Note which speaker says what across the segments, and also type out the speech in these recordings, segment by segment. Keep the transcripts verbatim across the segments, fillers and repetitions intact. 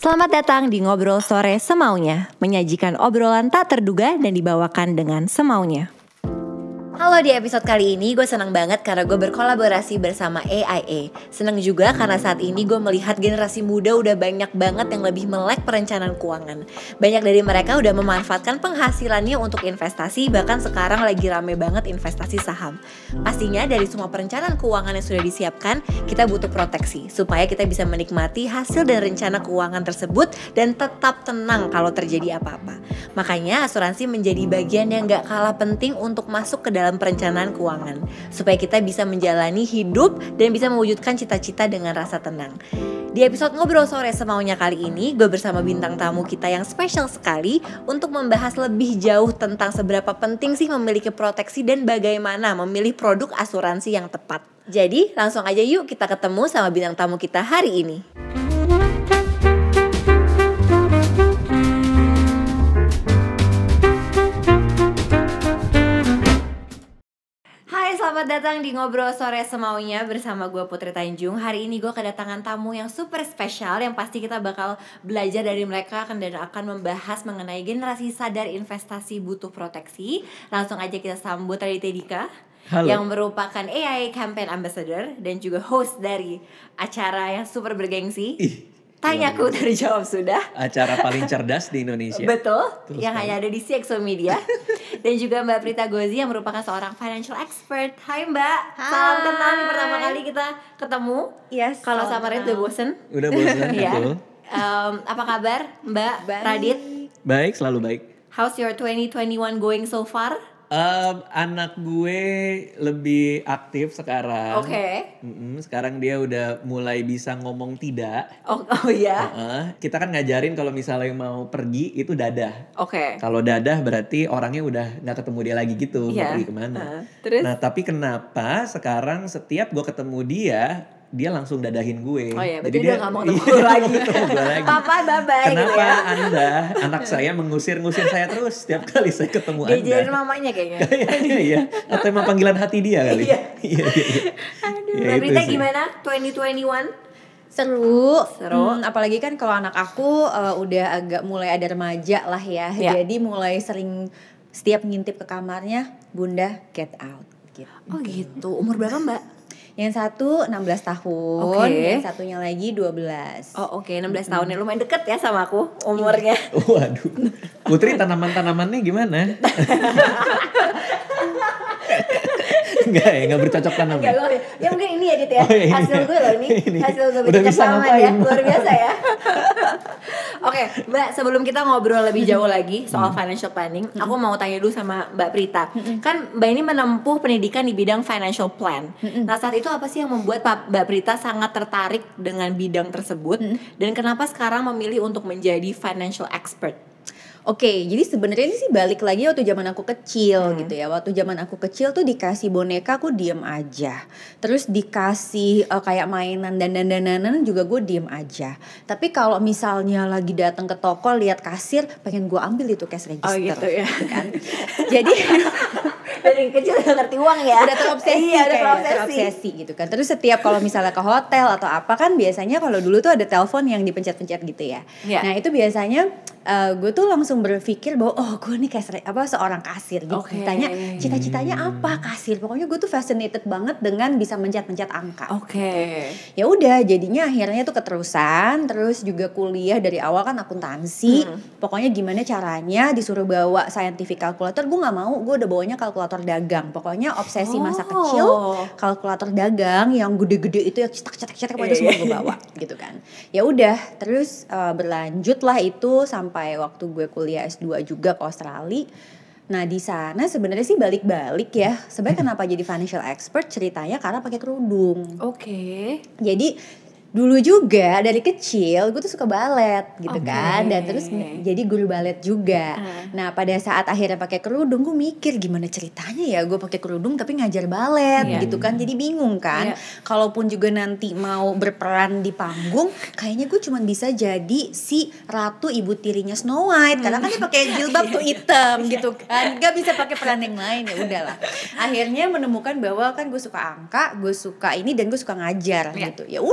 Speaker 1: Selamat datang di Ngobrol Sore Semaunya, menyajikan obrolan tak terduga dan dibawakan dengan semaunya. Halo, di episode kali ini gue senang banget karena gue berkolaborasi bersama A I A. Senang juga karena saat ini gue melihat generasi muda udah banyak banget yang lebih melek perencanaan keuangan. Banyak dari mereka udah memanfaatkan penghasilannya untuk investasi, bahkan sekarang lagi rame banget investasi saham. Pastinya dari semua perencanaan keuangan yang sudah disiapkan, kita butuh proteksi supaya kita bisa menikmati hasil dan rencana keuangan tersebut dan tetap tenang kalau terjadi apa-apa. Makanya asuransi menjadi bagian yang gak kalah penting untuk masuk ke dalam perencanaan keuangan, supaya kita bisa menjalani hidup dan bisa mewujudkan cita-cita dengan rasa tenang. Di episode Ngobrol Sore Semaunya kali ini, gue bersama bintang tamu kita yang spesial sekali untuk membahas lebih jauh tentang seberapa penting sih memiliki proteksi dan bagaimana memilih produk asuransi yang tepat. Jadi langsung aja yuk kita ketemu sama bintang tamu kita hari ini. Selamat datang di Ngobrol Sore Semaunya bersama gue Putri Tanjung. Hari ini gue kedatangan tamu yang super spesial yang pasti kita bakal belajar dari mereka dan akan membahas mengenai generasi sadar investasi butuh proteksi. Langsung aja kita sambut Raditya Dika. Halo. Yang merupakan A I A Campaign Ambassador dan juga host dari acara yang super bergengsi. Ih. Tanyaku terjawab sudah.
Speaker 2: Acara paling cerdas di Indonesia.
Speaker 1: Betul. Terus yang kan? Hanya ada di C X O Media. Dan juga Mbak Prita Gozi yang merupakan seorang financial expert. Hai Mbak. Hai. Salam kenal nih, pertama kali kita ketemu.
Speaker 3: Yes.
Speaker 1: Kalau sama Radit udah bosen.
Speaker 2: Udah bosen.
Speaker 1: Ya. um, Apa kabar Mbak baik. Radit?
Speaker 2: Baik, selalu baik.
Speaker 1: How's your twenty twenty-one going so far?
Speaker 2: Um, anak gue lebih aktif sekarang.
Speaker 1: Oke. Okay.
Speaker 2: Mm-mm, sekarang dia udah mulai bisa ngomong tidak.
Speaker 1: Oh, oh ya.
Speaker 2: Uh-uh. Kita kan ngajarin kalau misalnya mau pergi itu dadah.
Speaker 1: Oke. Okay.
Speaker 2: Kalau dadah berarti orangnya udah nggak ketemu dia lagi gitu. Yeah. Mau pergi kemana?
Speaker 1: Uh, terus?
Speaker 2: Nah tapi kenapa sekarang setiap gue ketemu dia, dia langsung dadahin gue.
Speaker 1: Oh iya,
Speaker 2: jadi
Speaker 1: dia nggak mau ketemu gue lagi.
Speaker 2: lagi.
Speaker 1: Papa bye-bye.
Speaker 2: Kenapa
Speaker 1: gitu ya?
Speaker 2: Anda, anak saya mengusir-ngusir saya terus setiap kali saya ketemu
Speaker 1: dia
Speaker 2: Anda?
Speaker 1: Dia jadi mamanya kayaknya.
Speaker 2: Kayaknya ya. Atau emang panggilan hati dia kali.
Speaker 1: Iya.
Speaker 2: Iya iya.
Speaker 1: Aduh, Mbak Prita gimana? twenty twenty-one?
Speaker 3: Seru,
Speaker 1: seru.
Speaker 3: Hmm, apalagi kan kalau anak aku uh, udah agak mulai ada remaja lah ya. ya. Jadi mulai sering setiap ngintip ke kamarnya, Bunda get out. Gitu.
Speaker 1: Oh gitu. Umur berapa Mbak?
Speaker 3: Yang satu enam belas tahun, okay. Yang satunya lagi dua belas.
Speaker 1: Oh oke, okay. enam belas tahun ya, lumayan deket ya sama aku umurnya.
Speaker 2: Waduh. Putri tanaman-tanamannya gimana? Enggak ya, enggak bercocok tanam.
Speaker 1: Enggak, ya? Ya mungkin ini ya Dit ya. Oh, iya, hasil gue loh ini. ini. Hasil gue bercocok tanaman ya. Luar biasa ya. Oke, okay, Mbak, sebelum kita ngobrol lebih jauh lagi soal hmm. financial planning, hmm. aku mau tanya dulu sama Mbak Prita. Hmm. Kan Mbak ini menempuh pendidikan di bidang financial plan. Hmm. Nah, saat itu apa sih yang membuat Mbak Prita sangat tertarik dengan bidang tersebut? Hmm. Dan kenapa sekarang memilih untuk menjadi financial expert?
Speaker 3: Oke, okay, jadi sebenarnya ini sih balik lagi waktu zaman aku kecil hmm. gitu ya. Waktu zaman aku kecil tuh dikasih boneka aku diem aja. Terus dikasih uh, kayak mainan dan dandanan juga gue diem aja. Tapi kalau misalnya lagi datang ke toko lihat kasir, pengen gue ambil itu cash register.
Speaker 1: Oh gitu ya.
Speaker 3: Kan? Jadi
Speaker 1: dari kecil udah ngerti uang ya.
Speaker 3: Udah terobsesi, iya, udah terobsesi. terobsesi gitu kan. Terus setiap kalau misalnya ke hotel atau apa kan biasanya kalau dulu tuh ada telepon yang dipencet-pencet gitu ya. Yeah. Nah itu biasanya uh, gue tuh langsung berpikir bahwa oh gue nih kayak apa seorang kasir gitu. Okay. Ditanya cita-citanya apa kasir. Pokoknya gue tuh fascinated banget dengan bisa mencet-mencet angka.
Speaker 1: Oke. Okay.
Speaker 3: Ya udah jadinya akhirnya tuh keterusan. Terus juga kuliah dari awal kan akuntansi. Hmm. Pokoknya gimana caranya disuruh bawa scientific calculator, gue nggak mau. Gue udah bawanya kalkulator dagang. Pokoknya obsesi oh. masa kecil kalkulator dagang yang gede-gede itu yang cetak-cetak-cetak pada semua gue bawa gitu kan. Ya udah terus uh, berlanjut lah itu sampai waktu gue kuliah S dua juga ke Australia. Nah di sana sebenarnya sih balik-balik ya. Sebenarnya kenapa jadi financial expert ceritanya karena pakai kerudung.
Speaker 1: Oke. Okay.
Speaker 3: Jadi dulu juga dari kecil gue tuh suka balet gitu okay. kan, dan terus jadi guru balet juga. Uh. Nah pada saat akhirnya pakai kerudung gue mikir gimana ceritanya ya gue pakai kerudung tapi ngajar balet yeah. gitu kan, jadi bingung kan. Yeah. Kalaupun juga nanti mau berperan di panggung, kayaknya gue cuma bisa jadi si ratu ibu tirinya Snow White, karena kan dia pakai jilbab tuh hitam gitu kan, gak bisa pakai peran yang lain. Ya udahlah. Akhirnya menemukan bahwa kan gue suka angka, gue suka ini dan gue suka ngajar yeah. gitu. Ya udah asal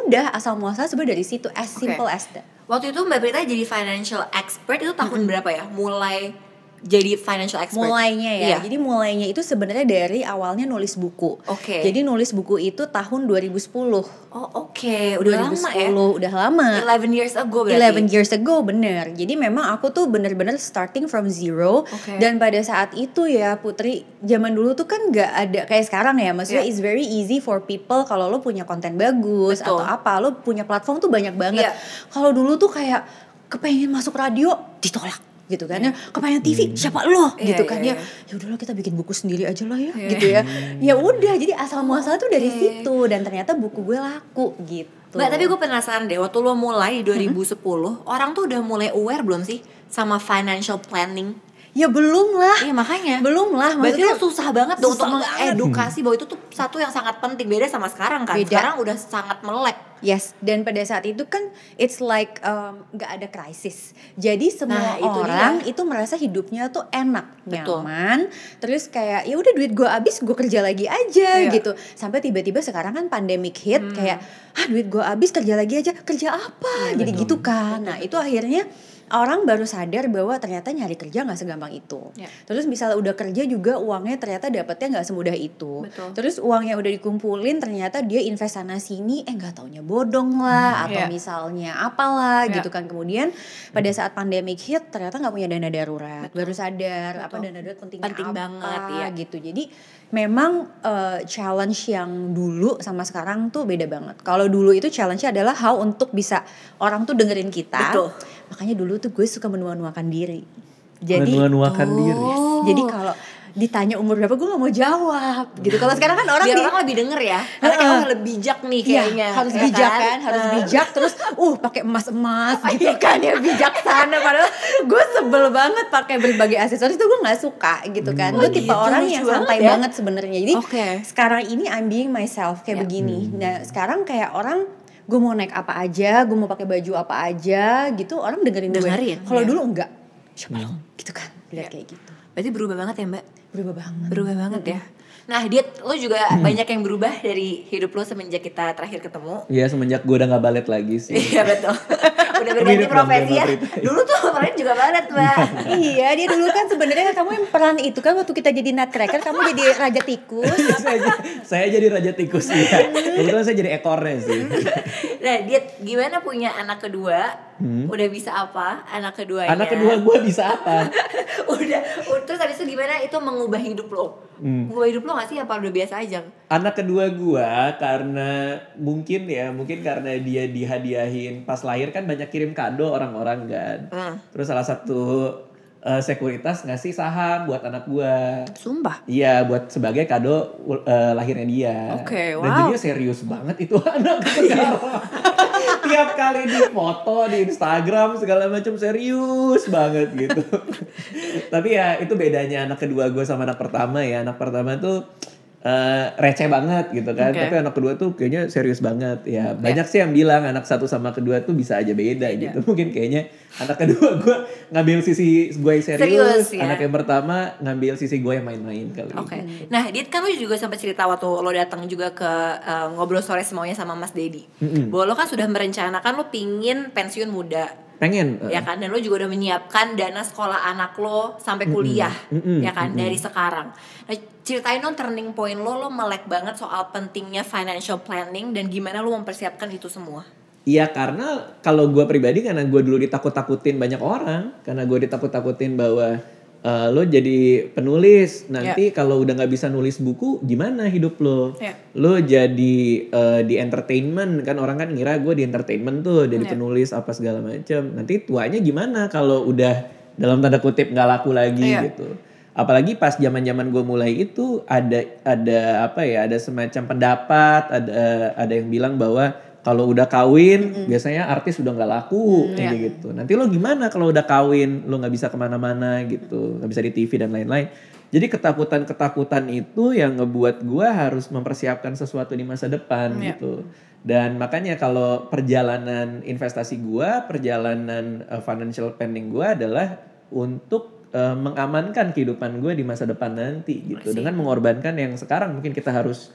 Speaker 3: asal muasal sebenarnya dari situ, as
Speaker 1: Oke.
Speaker 3: simple as that.
Speaker 1: Waktu itu Mbak Prita jadi financial expert itu tahun berapa ya? Mulai jadi financial expert?
Speaker 3: Mulainya ya,
Speaker 1: Iya.
Speaker 3: jadi mulainya itu sebenarnya dari awalnya nulis buku.
Speaker 1: Oke.
Speaker 3: Jadi nulis buku itu tahun dua ribu sepuluh.
Speaker 1: Oh oke, udah lama ya?
Speaker 3: Udah lama.
Speaker 1: eleven years ago berarti?
Speaker 3: eleven years ago, bener. Jadi memang aku tuh bener-bener starting from zero.
Speaker 1: Oke.
Speaker 3: Dan pada saat itu ya Putri, zaman dulu tuh kan gak ada kayak sekarang ya. Maksudnya
Speaker 1: Yeah.
Speaker 3: it's very easy for people kalau lo punya konten bagus.
Speaker 1: Betul.
Speaker 3: Atau apa, lo punya platform tuh banyak banget.
Speaker 1: Yeah.
Speaker 3: Kalau dulu tuh kayak kepengen masuk radio, ditolak gitu kan ya, kepengen T V siapa lo
Speaker 1: Iya,
Speaker 3: gitu
Speaker 1: iya,
Speaker 3: kan
Speaker 1: iya.
Speaker 3: ya, ya udahlah kita bikin buku sendiri aja lah ya
Speaker 1: Iya.
Speaker 3: gitu ya, ya udah jadi asal muasal tuh dari situ dan ternyata buku gue laku gitu.
Speaker 1: Mbak, tapi gue penasaran deh, waktu lo mulai di dua ribu sepuluh, orang tuh udah mulai aware belum sih sama financial planning?
Speaker 3: Ya belum lah.
Speaker 1: Iya makanya.
Speaker 3: Belum lah.
Speaker 1: Berarti
Speaker 3: Maksudnya
Speaker 1: lo susah banget dong
Speaker 3: susah
Speaker 1: untuk
Speaker 3: banget.
Speaker 1: mengedukasi bahwa itu tuh satu yang sangat penting. Beda sama sekarang kan.
Speaker 3: Beda.
Speaker 1: Sekarang udah sangat melek.
Speaker 3: Yes, dan pada saat itu kan it's like um, gak ada krisis. Jadi semua
Speaker 1: Nah, itu
Speaker 3: orang
Speaker 1: dia.
Speaker 3: itu merasa hidupnya tuh enak,
Speaker 1: Betul.
Speaker 3: nyaman. Terus kayak ya udah duit gue habis, gue kerja lagi aja
Speaker 1: Iya.
Speaker 3: gitu. Sampai tiba-tiba sekarang kan pandemic hit, kayak ah duit gue habis kerja lagi aja, kerja apa?
Speaker 1: Iya,
Speaker 3: Jadi
Speaker 1: betul.
Speaker 3: gitu kan. Nah itu akhirnya orang baru sadar bahwa ternyata nyari kerja nggak segampang itu.
Speaker 1: Ya.
Speaker 3: Terus misalnya udah kerja juga uangnya ternyata dapatnya nggak semudah itu.
Speaker 1: Betul.
Speaker 3: Terus uangnya udah dikumpulin ternyata dia invest sana sini eh nggak taunya bodong lah atau
Speaker 1: Iya.
Speaker 3: misalnya apalah
Speaker 1: Ya.
Speaker 3: gitu kan. Kemudian pada saat pandemic hit ternyata nggak punya dana darurat. Baru sadar apa
Speaker 1: Betul.
Speaker 3: dana darurat penting,
Speaker 1: Penting
Speaker 3: apa
Speaker 1: banget, iya.
Speaker 3: gitu. Jadi memang eh, challenge yang dulu sama sekarang tuh beda banget. Kalau dulu itu challenge-nya adalah how untuk bisa orang tuh dengerin kita.
Speaker 1: Betul.
Speaker 3: Makanya dulu tuh gue suka menua-nuakan diri. Jadi
Speaker 2: Menua-nuakan
Speaker 1: Tuh.
Speaker 2: diri.
Speaker 3: jadi kalau ditanya umur berapa gue nggak mau jawab gitu. Kalau sekarang kan orang
Speaker 1: Biar
Speaker 3: di-
Speaker 1: orang lebih denger ya. Karena kayak
Speaker 3: Heeh.
Speaker 1: oh, lebih bijak nih
Speaker 3: Iya,
Speaker 1: kayaknya.
Speaker 3: harus
Speaker 1: ya
Speaker 3: bijak kan, harus
Speaker 1: Nah.
Speaker 3: bijak terus uh pakai emas-emas gitu kan ya, bijaksana. Padahal gue sebel banget pakai berbagai aksesoris tuh gue nggak suka gitu kan.
Speaker 1: Oh,
Speaker 3: Gue tipe
Speaker 1: gitu,
Speaker 3: orang
Speaker 1: lucu
Speaker 3: yang
Speaker 1: banget
Speaker 3: santai
Speaker 1: ya.
Speaker 3: banget sebenarnya. Jadi
Speaker 1: Oke.
Speaker 3: sekarang ini I'm being myself kayak
Speaker 1: Ya.
Speaker 3: begini. Nah sekarang kayak orang gue mau naik apa aja, gue mau pakai baju apa aja gitu, orang dengerin,
Speaker 1: Dengerin,
Speaker 3: gue. Kalau
Speaker 1: ya.
Speaker 3: dulu enggak, siapa lo gitu kan, lihat
Speaker 1: Ya.
Speaker 3: kayak gitu,
Speaker 1: Berarti berubah banget ya Mbak?
Speaker 3: berubah banget.
Speaker 1: Berubah banget ya. Nah Diet, lo juga banyak yang berubah dari hidup lo semenjak kita terakhir ketemu.
Speaker 2: Ya semenjak gue udah gak balet lagi sih.
Speaker 1: Iya betul. Udah berganti
Speaker 2: Mirip dong
Speaker 1: profesi ya.
Speaker 2: sama Prita.
Speaker 1: Dulu tuh kemarin juga balet Mbak.
Speaker 3: Iya, dia dulu kan sebenarnya kamu yang peran itu kan waktu kita jadi nutcracker, kamu jadi raja tikus.
Speaker 2: saya, saya jadi raja tikus ya. Kebetulan saya jadi ekornya sih.
Speaker 1: Nah Diet, gimana punya anak kedua? Udah bisa apa anak keduanya?
Speaker 2: Anak kedua gue bisa apa?
Speaker 1: udah, udah terus habis itu gimana itu mengubah hidup lo? Mengubah hidup lo gak sih apa udah biasa aja?
Speaker 2: Anak kedua gue karena mungkin ya, mungkin karena dia dihadiahin pas lahir kan banyak kirim kado orang-orang kan.
Speaker 1: Hmm.
Speaker 2: Terus salah satu eh, sekuritas ngasih saham buat anak gue.
Speaker 1: Sumpah.
Speaker 2: Iya, buat sebagai kado eh, lahirnya dia.
Speaker 1: Oke,
Speaker 2: Dan
Speaker 1: wow.
Speaker 2: jadinya serius banget itu anak sekarang. Tiap kali di foto di Instagram segala macam serius banget gitu. Tapi ya itu bedanya anak kedua gue sama anak pertama ya. Anak pertama tuh eh, receh banget gitu kan.
Speaker 1: Oke.
Speaker 2: Tapi anak kedua tuh kayaknya serius banget ya. Banyak sih yang bilang anak satu sama kedua tuh bisa aja beda, gitu. Mungkin kayaknya anak kedua gue ngambil sisi gue yang serius,
Speaker 1: Serius, ya.
Speaker 2: anak yang pertama ngambil sisi gue yang main-main kali.
Speaker 1: Oke. Nah, Dit kan lu juga sempat cerita waktu lo datang juga ke eh, ngobrol sore semaunya sama Mas Dedi. Bahwa lo kan sudah merencanakan lo pingin pensiun muda.
Speaker 2: Pengen. eh,
Speaker 1: Ya kan, dan lo juga udah menyiapkan dana sekolah anak lo sampai kuliah,
Speaker 2: Mm-mm.
Speaker 1: ya kan, dari sekarang. Nah, ceritain dong turning point lo, lo melek banget soal pentingnya financial planning dan gimana lo mempersiapkan itu semua.
Speaker 2: Iya, karena kalau gue pribadi karena gue dulu ditakut-takutin banyak orang, karena gue ditakut-takutin bahwa eh, lo jadi penulis nanti kalau udah nggak bisa nulis buku gimana hidup lo?
Speaker 1: Ya.
Speaker 2: Lo jadi eh, di entertainment kan, orang kan ngira gue di entertainment tuh jadi
Speaker 1: Ya.
Speaker 2: penulis apa segala macam. Nanti tuanya gimana kalau udah dalam tanda kutip nggak laku lagi
Speaker 1: Iya.
Speaker 2: gitu. Apalagi pas zaman-zaman gue mulai itu ada ada apa ya, ada semacam pendapat, ada ada yang bilang bahwa kalau udah kawin biasanya artis udah nggak laku kayak
Speaker 1: iya.
Speaker 2: gitu. Nanti lo gimana kalau udah kawin, lo nggak bisa kemana-mana gitu, nggak bisa di T V dan lain-lain. Jadi ketakutan-ketakutan itu yang ngebuat gue harus mempersiapkan sesuatu di masa depan
Speaker 1: Iya.
Speaker 2: gitu. Dan makanya kalau perjalanan investasi gue, perjalanan uh, financial planning gue adalah untuk uh, mengamankan kehidupan gue di masa depan nanti gitu.
Speaker 1: I see.
Speaker 2: Dengan mengorbankan yang sekarang mungkin kita harus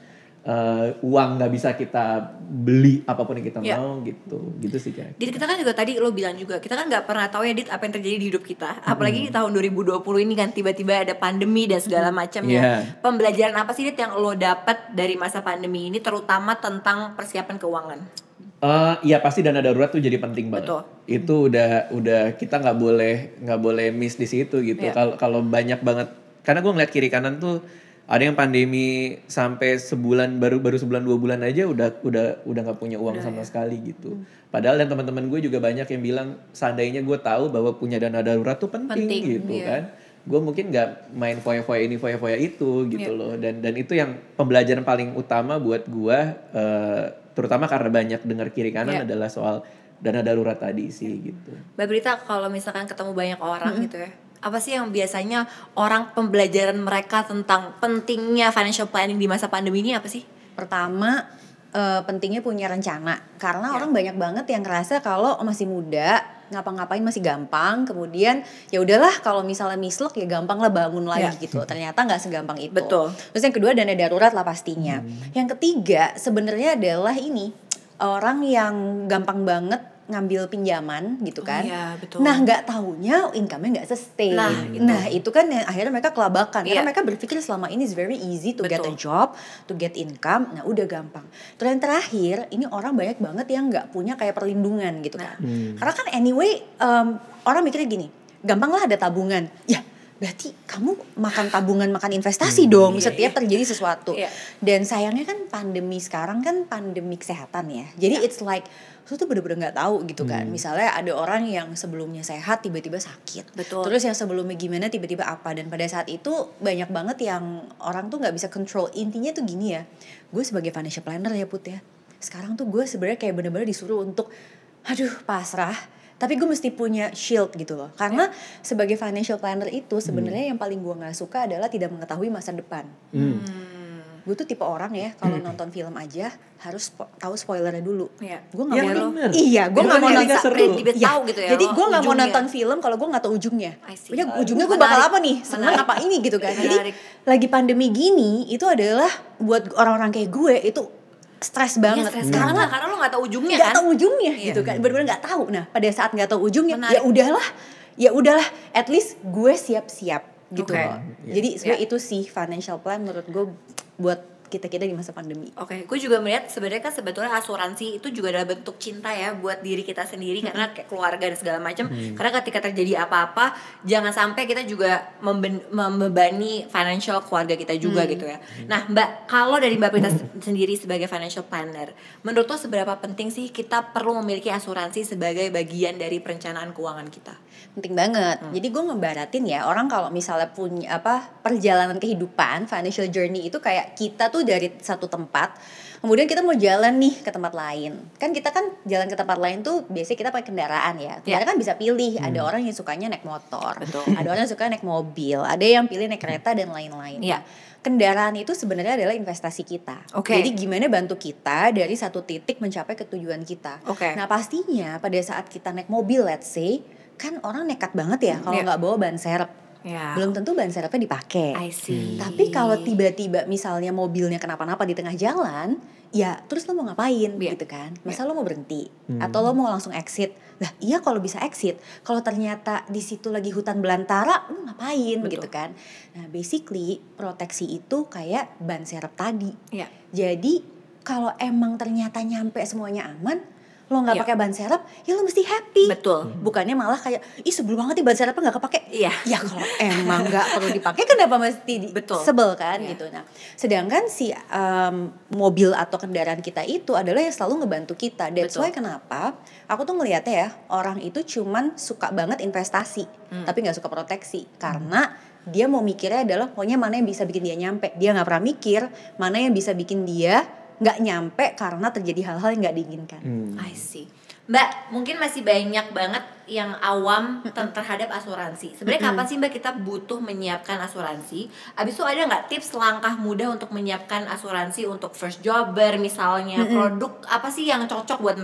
Speaker 2: uh, uang nggak bisa kita beli apapun yang kita
Speaker 1: Ya.
Speaker 2: mau gitu, gitu sih kayak.
Speaker 1: Dit, kita kan juga tadi lo bilang juga, kita kan nggak pernah tahu ya Dit apa yang terjadi di hidup kita. Apalagi di tahun dua ribu dua puluh ini kan tiba-tiba ada pandemi dan segala macamnya.
Speaker 2: Yeah.
Speaker 1: Pembelajaran apa sih Dit yang lo dapat dari masa pandemi ini, terutama tentang persiapan keuangan?
Speaker 2: Uh, iya pasti dana darurat tuh jadi penting banget.
Speaker 1: Betul.
Speaker 2: Itu udah udah kita nggak boleh nggak boleh miss di situ gitu.
Speaker 1: Iya.
Speaker 2: Kalau kalau banyak banget, karena gue ngeliat kiri kanan tuh ada yang pandemi sampai sebulan baru baru sebulan dua bulan aja udah udah udah nggak punya uang
Speaker 1: Udah,
Speaker 2: sama
Speaker 1: ya.
Speaker 2: sekali gitu. Padahal dan teman-teman gue juga banyak yang bilang seandainya gue tahu bahwa punya dana darurat tuh penting,
Speaker 1: Penting,
Speaker 2: gitu
Speaker 1: iya.
Speaker 2: kan. Gue mungkin nggak main foya-foya ini foya-foya itu gitu
Speaker 1: Iya.
Speaker 2: loh. Dan dan itu yang pembelajaran paling utama buat gue, uh, terutama karena banyak dengar kiri kanan
Speaker 1: Iya.
Speaker 2: adalah soal dana darurat tadi sih gitu.
Speaker 1: Mbak Brita, kalau misalkan ketemu banyak orang gitu ya, apa sih yang biasanya orang pembelajaran mereka tentang pentingnya financial planning di masa pandemi ini apa sih?
Speaker 3: Pertama, eh, pentingnya punya rencana. Karena
Speaker 1: Ya.
Speaker 3: orang banyak banget yang ngerasa kalau masih muda, ngapa-ngapain masih gampang. Kemudian ya udahlah kalau misalnya mislek ya gampang lah bangun lagi
Speaker 1: Ya.
Speaker 3: gitu. Ternyata nggak segampang itu.
Speaker 1: Betul.
Speaker 3: Terus yang kedua dana darurat lah pastinya. Yang ketiga sebenarnya adalah ini, orang yang gampang banget ngambil pinjaman gitu
Speaker 1: Oh
Speaker 3: kan.
Speaker 1: iya, betul.
Speaker 3: Nah nggak taunya income-nya nggak sustain.
Speaker 1: Nah,
Speaker 3: Nah,
Speaker 1: itu.
Speaker 3: itu kan yang akhirnya mereka kelabakan. Karena
Speaker 1: Iya.
Speaker 3: mereka berpikir selama ini is very easy to get a
Speaker 1: Betul.
Speaker 3: job, to get income. Nah udah gampang. Terus yang terakhir ini orang banyak banget yang nggak punya kayak perlindungan gitu kan.
Speaker 2: Hmm.
Speaker 3: Karena kan anyway um, orang mikirnya gini, gampang lah ada tabungan. Ya berarti kamu makan tabungan, makan investasi dong
Speaker 1: iya,
Speaker 3: setiap
Speaker 1: iya.
Speaker 3: terjadi sesuatu.
Speaker 1: Iya.
Speaker 3: Dan sayangnya kan pandemi sekarang kan pandemi kesehatan ya. Jadi it's like lu tuh bener-bener nggak tahu gitu kan. Misalnya ada orang yang sebelumnya sehat tiba-tiba sakit.
Speaker 1: Betul.
Speaker 3: Terus yang sebelumnya gimana tiba-tiba apa. Dan pada saat itu banyak banget yang orang tuh nggak bisa control. Intinya tuh gini ya, gue sebagai financial planner ya Put ya, sekarang tuh gue sebenarnya kayak bener-bener disuruh untuk aduh pasrah, tapi gue mesti punya shield gitu loh. Karena sebagai financial planner itu sebenarnya yang paling gue nggak suka adalah tidak mengetahui masa depan.
Speaker 1: Hmm.
Speaker 3: Gue tuh tipe orang ya kalau nonton film aja harus spo- tahu spoilernya dulu.
Speaker 1: Iya.
Speaker 3: Gue nggak
Speaker 2: Ya,
Speaker 3: mau
Speaker 2: bener.
Speaker 3: Iya, gue
Speaker 2: Itu
Speaker 3: nggak mau
Speaker 2: kan
Speaker 3: nonton.
Speaker 2: nggak seru.
Speaker 1: Predibet
Speaker 3: Iya,
Speaker 1: tahu gitu ya.
Speaker 3: Jadi
Speaker 1: lo
Speaker 3: gue nggak mau
Speaker 1: ujungnya.
Speaker 3: nonton film kalau gue nggak tahu ujungnya.
Speaker 1: I see.
Speaker 3: Punya
Speaker 2: Aduh,
Speaker 3: ujungnya gue bakal
Speaker 1: menarik.
Speaker 3: apa nih? Seneng
Speaker 1: Menarik.
Speaker 3: apa ini gitu kan? Jadi
Speaker 1: Menarik.
Speaker 3: lagi pandemi gini itu adalah buat orang-orang kayak gue itu stres
Speaker 1: Iya,
Speaker 3: banget.
Speaker 1: stres
Speaker 3: Karena
Speaker 1: banget karena lo nggak tahu ujungnya
Speaker 3: nggak
Speaker 1: kan.
Speaker 3: tahu ujungnya
Speaker 1: Iya.
Speaker 3: gitu kan, benar-benar nggak tahu. Nah pada saat nggak tahu ujungnya,
Speaker 1: Menarik.
Speaker 3: ya udahlah, ya udahlah, at least gue siap-siap gitu
Speaker 1: Oke.
Speaker 3: loh. Jadi sebenarnya
Speaker 1: Ya.
Speaker 3: itu sih financial plan menurut gue buat kita-kita di masa pandemi.
Speaker 1: Oke, gue juga melihat sebenarnya kan sebetulnya asuransi itu juga adalah bentuk cinta ya buat diri kita sendiri karena kayak keluarga dan segala macam. Karena ketika terjadi apa-apa, jangan sampai kita juga memben- membebani financial keluarga kita juga gitu ya. Nah, Mbak, kalau dari Mbak Prita sendiri sebagai financial planner, menurut lo seberapa penting sih kita perlu memiliki asuransi sebagai bagian dari perencanaan keuangan kita?
Speaker 3: Penting banget. Jadi gue ngebaratin ya, orang kalau misalnya punya apa perjalanan kehidupan, financial journey itu kayak kita tuh dari satu tempat, kemudian kita mau jalan nih ke tempat lain. Kan kita kan jalan ke tempat lain tuh biasanya kita pakai kendaraan ya. Kendaraan kan bisa pilih. Ada orang yang sukanya naik motor,
Speaker 1: Betul.
Speaker 3: ada orang yang suka naik mobil, ada yang pilih naik kereta dan lain-lain.
Speaker 1: Iya.
Speaker 3: Kendaraan itu sebenarnya adalah investasi kita.
Speaker 1: Oke.
Speaker 3: Jadi gimana bantu kita dari satu titik mencapai ke tujuan kita.
Speaker 1: Oke.
Speaker 3: Nah pastinya pada saat kita naik mobil, let's say, kan orang nekat banget ya kalau
Speaker 1: Iya.
Speaker 3: nggak bawa ban serep.
Speaker 1: Ya.
Speaker 3: Belum tentu ban serepnya dipakai.
Speaker 1: I see.
Speaker 3: Tapi kalau tiba-tiba misalnya mobilnya kenapa-napa di tengah jalan, ya terus lo mau ngapain
Speaker 1: Iya.
Speaker 3: gitu kan? Masa lo mau berhenti atau lo mau langsung exit? Lah iya kalau bisa exit. Kalau ternyata di situ lagi hutan belantara, lo ngapain
Speaker 1: Betul.
Speaker 3: gitu kan? Nah basically proteksi itu kayak ban serep tadi.
Speaker 1: Iya.
Speaker 3: Jadi kalau emang ternyata nyampe semuanya aman, lo nggak
Speaker 1: Iya.
Speaker 3: pakai ban serep, ya lo mesti happy.
Speaker 1: Betul.
Speaker 3: Bukannya malah kayak, ih sebel banget nih ban serepnya nggak kepake.
Speaker 1: Iya.
Speaker 3: Ya kalau emang nggak perlu dipakai, kenapa mesti di-
Speaker 1: Betul.
Speaker 3: sebel kan
Speaker 1: Iya.
Speaker 3: gitu. Nah, sedangkan si um, mobil atau kendaraan kita itu adalah yang selalu ngebantu kita. That's
Speaker 1: Betul.
Speaker 3: why kenapa aku tuh ngeliatnya ya orang itu cuman suka banget investasi,
Speaker 1: Hmm.
Speaker 3: tapi nggak suka proteksi karena dia mau mikirnya adalah pokoknya mana yang bisa bikin dia nyampe. Dia nggak pernah mikir mana yang bisa bikin dia nggak nyampe karena terjadi hal-hal yang nggak diinginkan.
Speaker 2: Hmm.
Speaker 1: I see. Mbak, mungkin masih banyak banget yang awam ter- terhadap asuransi. Sebenarnya kapan sih Mbak kita butuh menyiapkan asuransi? Abis itu ada nggak tips langkah mudah untuk menyiapkan asuransi untuk first jobber misalnya? Produk apa sih yang cocok buat mereka?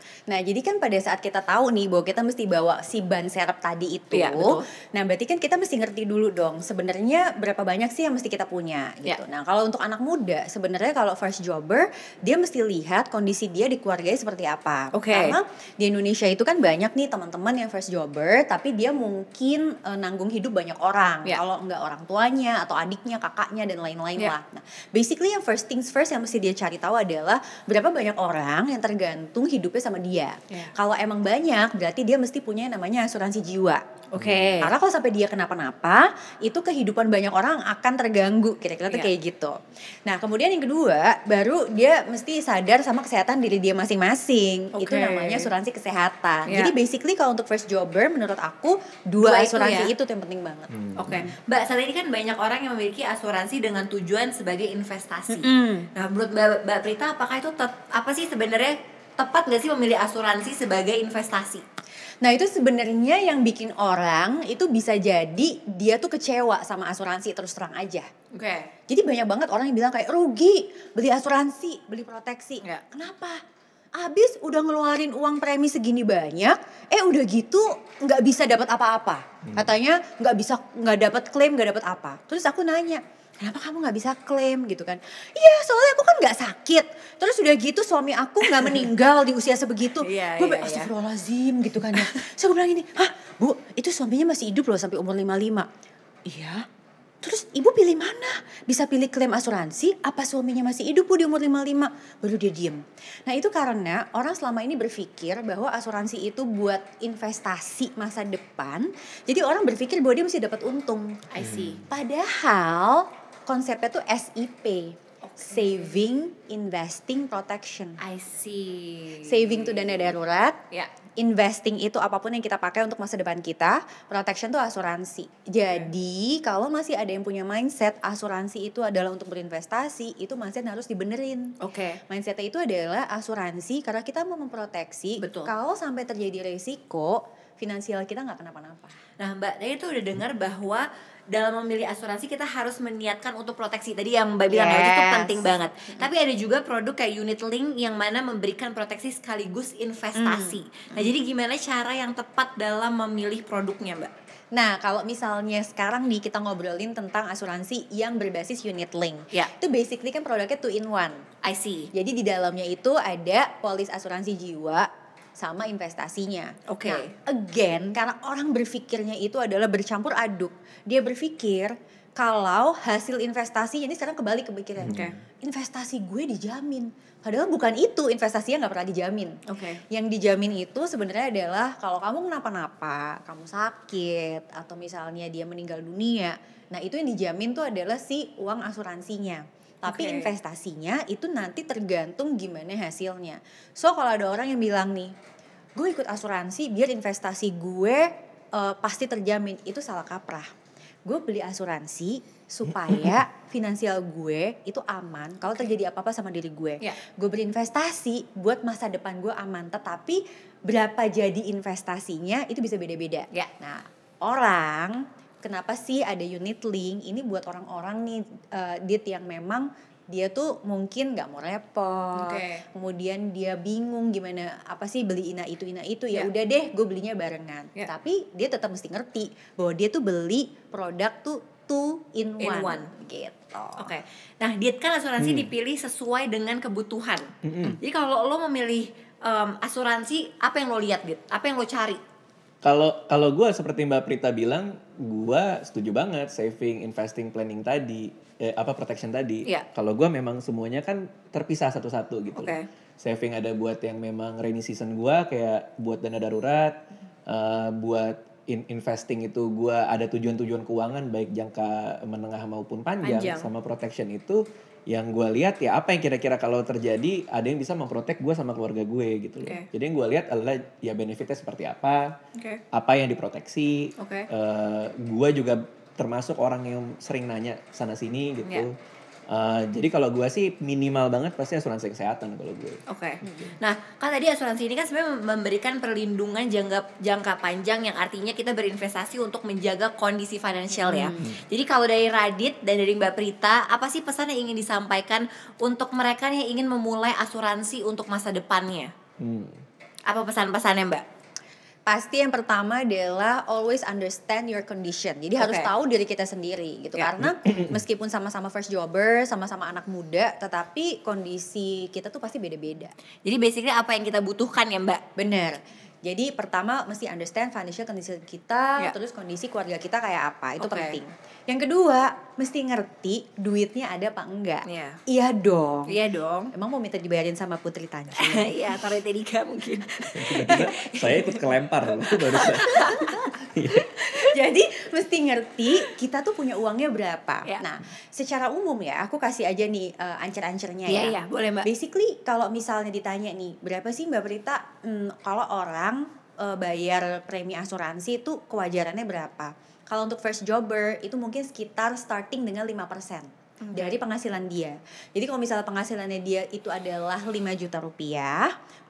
Speaker 3: Nah, jadi kan pada saat kita tahu nih bahwa kita mesti bawa si ban serep tadi itu,
Speaker 1: Iya, betul.
Speaker 3: nah berarti kan kita mesti ngerti dulu dong sebenarnya berapa banyak sih yang mesti kita punya gitu.
Speaker 1: Iya.
Speaker 3: Nah, kalau untuk anak muda sebenarnya kalau first jobber dia mesti lihat kondisi dia di keluarganya seperti apa.
Speaker 1: Oke.
Speaker 3: Karena di Indonesia itu kan banyak nih teman-teman yang first jobber tapi dia mungkin eh, nanggung hidup banyak orang.
Speaker 1: Iya.
Speaker 3: Kalau enggak orang tuanya atau adiknya, kakaknya dan lain-lain
Speaker 1: Iya.
Speaker 3: lah. Nah, basically yang first things first yang mesti dia cari tahu adalah berapa banyak orang yang tergantung hidupnya sama dia.
Speaker 1: Iya.
Speaker 3: Kalau emang banyak, berarti dia mesti punya yang namanya asuransi jiwa.
Speaker 1: Oke.
Speaker 3: Karena kalau sampai dia kenapa-napa, itu kehidupan banyak orang akan terganggu. Kira-kira tuh
Speaker 1: Iya.
Speaker 3: kayak gitu. Nah, kemudian yang kedua, baru dia mesti sadar sama kesehatan diri dia masing-masing. Itu
Speaker 1: Oke.
Speaker 3: namanya asuransi kesehatan.
Speaker 1: Iya.
Speaker 3: Jadi basically kalau untuk first jobber, menurut aku dua,
Speaker 1: Dua itu
Speaker 3: asuransi
Speaker 1: ya.
Speaker 3: itu, yang penting banget.
Speaker 1: Oke, Mbak, saat ini kan banyak orang yang memiliki asuransi dengan tujuan sebagai investasi.
Speaker 3: Mm.
Speaker 1: Nah, menurut Mbak, Mbak Prita, apakah itu tep- apa sih sebenarnya tepat gak sih memilih asuransi sebagai investasi?
Speaker 3: Nah, itu sebenarnya yang bikin orang itu bisa jadi dia tuh kecewa sama asuransi, terus terang aja.
Speaker 1: Oke.
Speaker 3: Jadi banyak banget orang yang bilang kayak rugi beli asuransi, beli proteksi.
Speaker 1: Ya.
Speaker 3: Kenapa? Abis udah ngeluarin uang premi segini banyak, eh udah gitu nggak bisa dapat apa-apa. Katanya nggak bisa, nggak dapat klaim, nggak dapat apa. Terus aku nanya, kenapa kamu nggak bisa klaim gitu kan? Iya, soalnya aku kan nggak sakit. Terus udah gitu suami aku nggak meninggal di usia sebegitu.
Speaker 1: Iya,
Speaker 3: Gue
Speaker 1: iya,
Speaker 3: bilang,
Speaker 1: iya.
Speaker 3: astagfirullahaladzim gitu kan ya. So gue bilang gini, hah bu itu suaminya masih hidup loh sampai umur lima puluh lima. Iya. Terus ibu pilih mana? Bisa pilih klaim asuransi apa suaminya masih hidup bu di umur lima puluh lima? Baru dia diem. Nah itu karena orang selama ini berpikir bahwa asuransi itu buat investasi masa depan. Jadi orang berpikir bahwa dia mesti dapat untung.
Speaker 1: I see.
Speaker 3: Padahal konsepnya tuh S I P. Saving, Investing, Protection.
Speaker 1: I see.
Speaker 3: Saving tuh dana darurat.
Speaker 1: Ya.
Speaker 3: Investing itu apapun yang kita pakai untuk masa depan kita, protection tuh asuransi. Jadi kalau masih ada yang punya mindset asuransi itu adalah untuk berinvestasi, itu mindset harus dibenerin.
Speaker 1: Oke.
Speaker 3: Mindsetnya itu adalah asuransi karena kita mau memproteksi.
Speaker 1: Betul.
Speaker 3: Kalau sampai terjadi resiko, finansial kita nggak kenapa-napa.
Speaker 1: Nah, Mbak, tadi tuh udah dengar bahwa dalam memilih asuransi kita harus meniatkan untuk proteksi. Tadi yang Mbak bilang ya, itu
Speaker 3: Yes.
Speaker 1: penting banget. Tapi ada juga produk kayak unit link yang mana memberikan proteksi sekaligus investasi. Nah, jadi gimana cara yang tepat dalam memilih produknya, Mbak?
Speaker 3: Nah, kalau misalnya sekarang nih kita ngobrolin tentang asuransi yang berbasis unit link.
Speaker 1: Ya.
Speaker 3: Itu basically kan produknya two in one.
Speaker 1: I see.
Speaker 3: Jadi di dalamnya itu ada polis asuransi jiwa sama investasinya.
Speaker 1: Oke.
Speaker 3: Nah, again, karena orang berpikirnya itu adalah bercampur aduk. Dia berpikir kalau hasil investasi, ini sekarang kebalik kepikiran.
Speaker 1: Oke.
Speaker 3: Investasi gue dijamin. Padahal bukan itu, investasinya nggak pernah dijamin.
Speaker 1: Oke.
Speaker 3: Yang dijamin itu sebenarnya adalah kalau kamu kenapa-napa, kamu sakit, atau misalnya dia meninggal dunia. Nah, itu yang dijamin tuh adalah si uang asuransinya. Tapi
Speaker 1: Oke.
Speaker 3: investasinya itu nanti tergantung gimana hasilnya. So kalau ada orang yang bilang nih, gue ikut asuransi biar investasi gue uh, pasti terjamin, itu salah kaprah. Gue beli asuransi supaya finansial gue itu aman kalau terjadi apa-apa sama diri gue.
Speaker 1: Ya.
Speaker 3: Gue berinvestasi buat masa depan gue aman, tetapi berapa jadi investasinya itu bisa beda-beda.
Speaker 1: Ya.
Speaker 3: Nah, orang kenapa sih ada unit link? Ini buat orang-orang nih, uh, dit yang memang dia tuh mungkin nggak mau repot,
Speaker 1: Oke.
Speaker 3: kemudian dia bingung gimana apa sih beli ina itu ina itu ya
Speaker 1: Ya.
Speaker 3: udah deh gue belinya barengan.
Speaker 1: Ya.
Speaker 3: Tapi dia tetap mesti ngerti bahwa dia tuh beli produk tuh two in
Speaker 1: In
Speaker 3: one,
Speaker 1: one.
Speaker 3: gitu.
Speaker 1: Oke. Nah, diet kan asuransi
Speaker 2: Hmm.
Speaker 1: dipilih sesuai dengan kebutuhan.
Speaker 2: Mm-mm.
Speaker 1: Jadi kalau lo memilih em, asuransi, apa yang lo lihat, Dit? Apa yang lo cari?
Speaker 2: Kalau kalau gue seperti Mbak Prita bilang, gue setuju banget saving, investing, planning tadi, eh, apa protection tadi.
Speaker 1: Iya.
Speaker 2: Kalau gue memang semuanya kan terpisah satu-satu gitu.
Speaker 1: Oke.
Speaker 2: Saving ada buat yang memang rainy season gue, kayak buat dana darurat, eh, buat in- investing itu gue ada tujuan-tujuan keuangan baik jangka menengah maupun panjang,
Speaker 1: Panjang.
Speaker 2: sama protection itu yang gue lihat ya apa yang kira-kira kalau terjadi ada yang bisa memprotek gue sama keluarga gue gitu loh.
Speaker 1: Oke.
Speaker 2: Jadi yang gue lihat adalah ya benefitnya seperti apa,
Speaker 1: Oke.
Speaker 2: apa yang diproteksi.
Speaker 1: Oke.
Speaker 2: Eh, gue juga termasuk orang yang sering nanya sana sini gitu.
Speaker 1: Ya.
Speaker 2: Eh, jadi kalau gue sih minimal banget pasti asuransi kesehatan kalau gue.
Speaker 1: Oke. Nah, kan tadi asuransi ini kan sebenarnya memberikan perlindungan jangka jangka panjang yang artinya kita berinvestasi untuk menjaga kondisi finansial ya. Jadi kalau dari Radit dan dari Mbak Prita, apa sih pesan yang ingin disampaikan untuk mereka yang ingin memulai asuransi untuk masa depannya?
Speaker 2: Hmm.
Speaker 1: Apa pesan-pesannya Mbak?
Speaker 3: Pasti yang pertama adalah always understand your condition. Jadi harus
Speaker 1: Oke.
Speaker 3: tahu diri kita sendiri gitu.
Speaker 1: Ya.
Speaker 3: Karena meskipun sama-sama first jobber, sama-sama anak muda, tetapi kondisi kita tuh pasti beda-beda.
Speaker 1: Jadi basically apa yang kita butuhkan ya Mbak?
Speaker 3: Bener. Jadi pertama mesti understand financial condition kita,
Speaker 1: Ya.
Speaker 3: terus kondisi keluarga kita kayak apa, itu
Speaker 1: Oke.
Speaker 3: penting. Yang kedua, mesti ngerti duitnya ada apa enggak.
Speaker 1: Iya.
Speaker 3: Iya dong.
Speaker 1: Iya dong.
Speaker 3: Emang mau minta dibayarin sama Putri Tanjung?
Speaker 1: Iya, taruh Tedika mungkin.
Speaker 2: Tiba-tiba saya ikut kelempar loh barusan.
Speaker 3: Jadi mesti ngerti kita tuh punya uangnya berapa.
Speaker 1: Ya.
Speaker 3: Nah, secara umum ya, aku kasih aja nih uh, ancer-ancernya
Speaker 1: Iya,
Speaker 3: ya.
Speaker 1: iya, boleh Mbak.
Speaker 3: Basically kalau misalnya ditanya nih, berapa sih Mbak Prita hmm, kalau orang uh, bayar premi asuransi itu kewajarannya berapa? Kalau untuk first jobber itu mungkin sekitar starting dengan lima persen dari penghasilan dia. Jadi kalau misalnya penghasilannya dia itu adalah lima juta rupiah,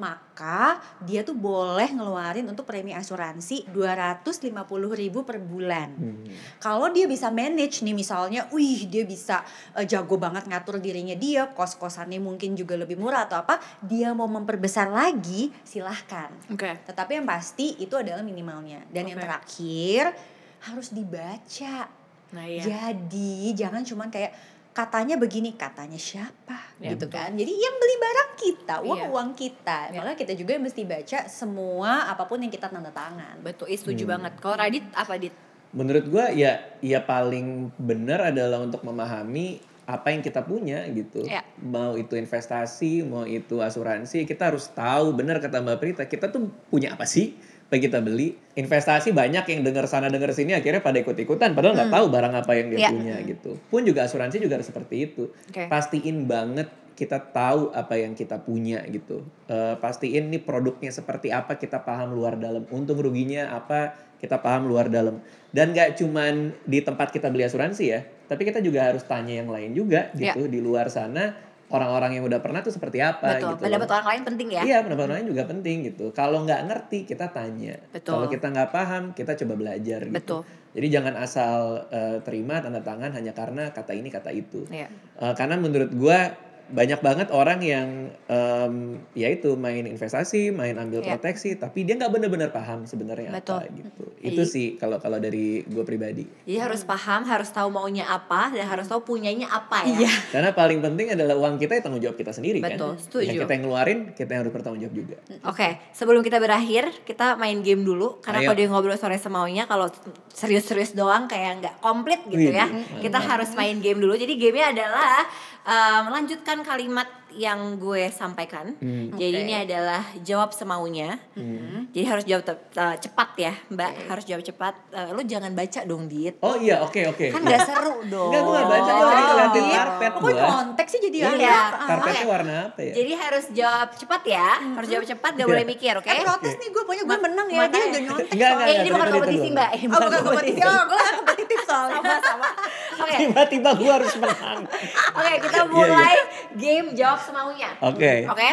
Speaker 3: maka dia tuh boleh ngeluarin untuk premi asuransi dua ratus lima puluh ribu per bulan.
Speaker 2: Hmm.
Speaker 3: Kalau dia bisa manage nih misalnya, wih dia bisa uh, jago banget ngatur dirinya dia, kos-kosannya mungkin juga lebih murah atau apa, dia mau memperbesar lagi, silahkan.
Speaker 1: Oke.
Speaker 3: Tetapi yang pasti itu adalah minimalnya. Dan yang
Speaker 1: Oke.
Speaker 3: terakhir harus dibaca.
Speaker 1: Nah iya.
Speaker 3: Jadi jangan cuman kayak katanya begini, katanya siapa
Speaker 1: Ya,
Speaker 3: gitu
Speaker 1: betul.
Speaker 3: kan. Jadi yang beli barang kita, uang
Speaker 1: Iya.
Speaker 3: uang kita.
Speaker 1: Ya.
Speaker 3: Maka kita juga mesti baca semua apapun yang kita tanda tangan.
Speaker 1: Betul, setuju
Speaker 2: Hmm.
Speaker 1: banget. Kalau Radit apa Dit?
Speaker 2: Menurut gua ya ya paling benar adalah untuk memahami apa yang kita punya gitu.
Speaker 1: Ya.
Speaker 2: Mau itu investasi, mau itu asuransi, kita harus tahu benar kata Mbak Prita, kita tuh punya apa sih? Apa yang kita beli? Investasi banyak yang dengar sana dengar sini akhirnya pada ikut-ikutan padahal nggak tahu barang apa yang dia
Speaker 1: Ya.
Speaker 2: punya gitu. Pun juga asuransi juga harus seperti itu.
Speaker 1: Oke.
Speaker 2: Pastiin banget kita tahu apa yang kita punya gitu. Eh, pastiin nih produknya seperti apa, kita paham luar dalam. Untung ruginya apa, kita paham luar dalam. Dan gak cuman di tempat kita beli asuransi ya, tapi kita juga harus tanya yang lain juga gitu. Di luar sana orang-orang yang udah pernah tuh seperti apa
Speaker 1: Betul.
Speaker 2: gitu.
Speaker 1: Pendapat orang lain penting ya.
Speaker 2: Iya, pendapat orang lain juga penting gitu. Kalau nggak ngerti kita tanya.
Speaker 1: Betul.
Speaker 2: Kalau kita nggak paham kita coba belajar gitu.
Speaker 1: Betul.
Speaker 2: Jadi jangan asal eh, terima tanda tangan hanya karena kata ini kata itu.
Speaker 1: Iya.
Speaker 2: Eh, karena menurut gua banyak banget orang yang em, ya itu main investasi, main ambil
Speaker 1: Iya.
Speaker 2: proteksi, tapi dia nggak benar-benar paham sebenarnya
Speaker 1: Betul.
Speaker 2: apa gitu. Itu
Speaker 1: Jadi-
Speaker 2: sih kalau kalau dari gua pribadi.
Speaker 1: Jadi harus paham, harus tahu maunya apa dan harus tahu punyanya apa ya.
Speaker 3: Iya.
Speaker 2: Karena paling penting adalah uang kita ya tanggung jawab kita sendiri
Speaker 1: Betul,
Speaker 2: kan.
Speaker 1: setuju.
Speaker 2: Yang kita yang ngeluarin, kita yang harus bertanggung jawab juga.
Speaker 1: Oke, sebelum kita berakhir, kita main game dulu. Karena
Speaker 2: Ayo.
Speaker 1: kalau dia ngobrol sore semaunya, kalau serius-serius doang kayak nggak komplit gitu
Speaker 2: Wih,
Speaker 1: ya.
Speaker 2: mantap.
Speaker 1: Kita harus main game dulu. Jadi gamenya adalah uh, melanjutkan kalimat yang gue sampaikan.
Speaker 2: Hmm.
Speaker 1: Jadi
Speaker 3: Oke.
Speaker 1: ini adalah jawab semaunya.
Speaker 2: Hmm.
Speaker 1: Jadi harus jawab te- uh, cepat ya, Mbak. Harus jawab cepat. Uh, lu jangan baca dong, Dit.
Speaker 2: Oh iya, oke oke.
Speaker 1: Kan gak seru dong.
Speaker 2: Enggak, gue gak baca, gue lagi ngeliatin karpet
Speaker 3: Kok
Speaker 2: gue.
Speaker 3: konteks sih jadi
Speaker 1: Iya.
Speaker 3: apa?
Speaker 2: Karpetnya
Speaker 1: Oke.
Speaker 2: warna apa ya?
Speaker 1: Jadi harus jawab cepat ya. Harus jawab cepat, gak
Speaker 2: Iya.
Speaker 1: boleh mikir, oke?
Speaker 3: Eh protes nih gue, pokoknya gue menang ya, dia
Speaker 1: Makanya.
Speaker 3: udah nyontek.
Speaker 2: Enggak, enggak,
Speaker 1: Eh, ini
Speaker 2: enggak,
Speaker 1: bukan
Speaker 2: tadi
Speaker 1: kompetisi,
Speaker 2: dulu.
Speaker 1: Mbak. Eh,
Speaker 3: Oh bukan kompetisi, oh gue gak kompetitif soalnya.
Speaker 1: Sama-sama. Oke.
Speaker 2: Tiba-tiba gue harus menang.
Speaker 1: Oke, kita
Speaker 2: Iya,
Speaker 1: mulai game jawab semaunya.
Speaker 2: Oke.
Speaker 1: Oke?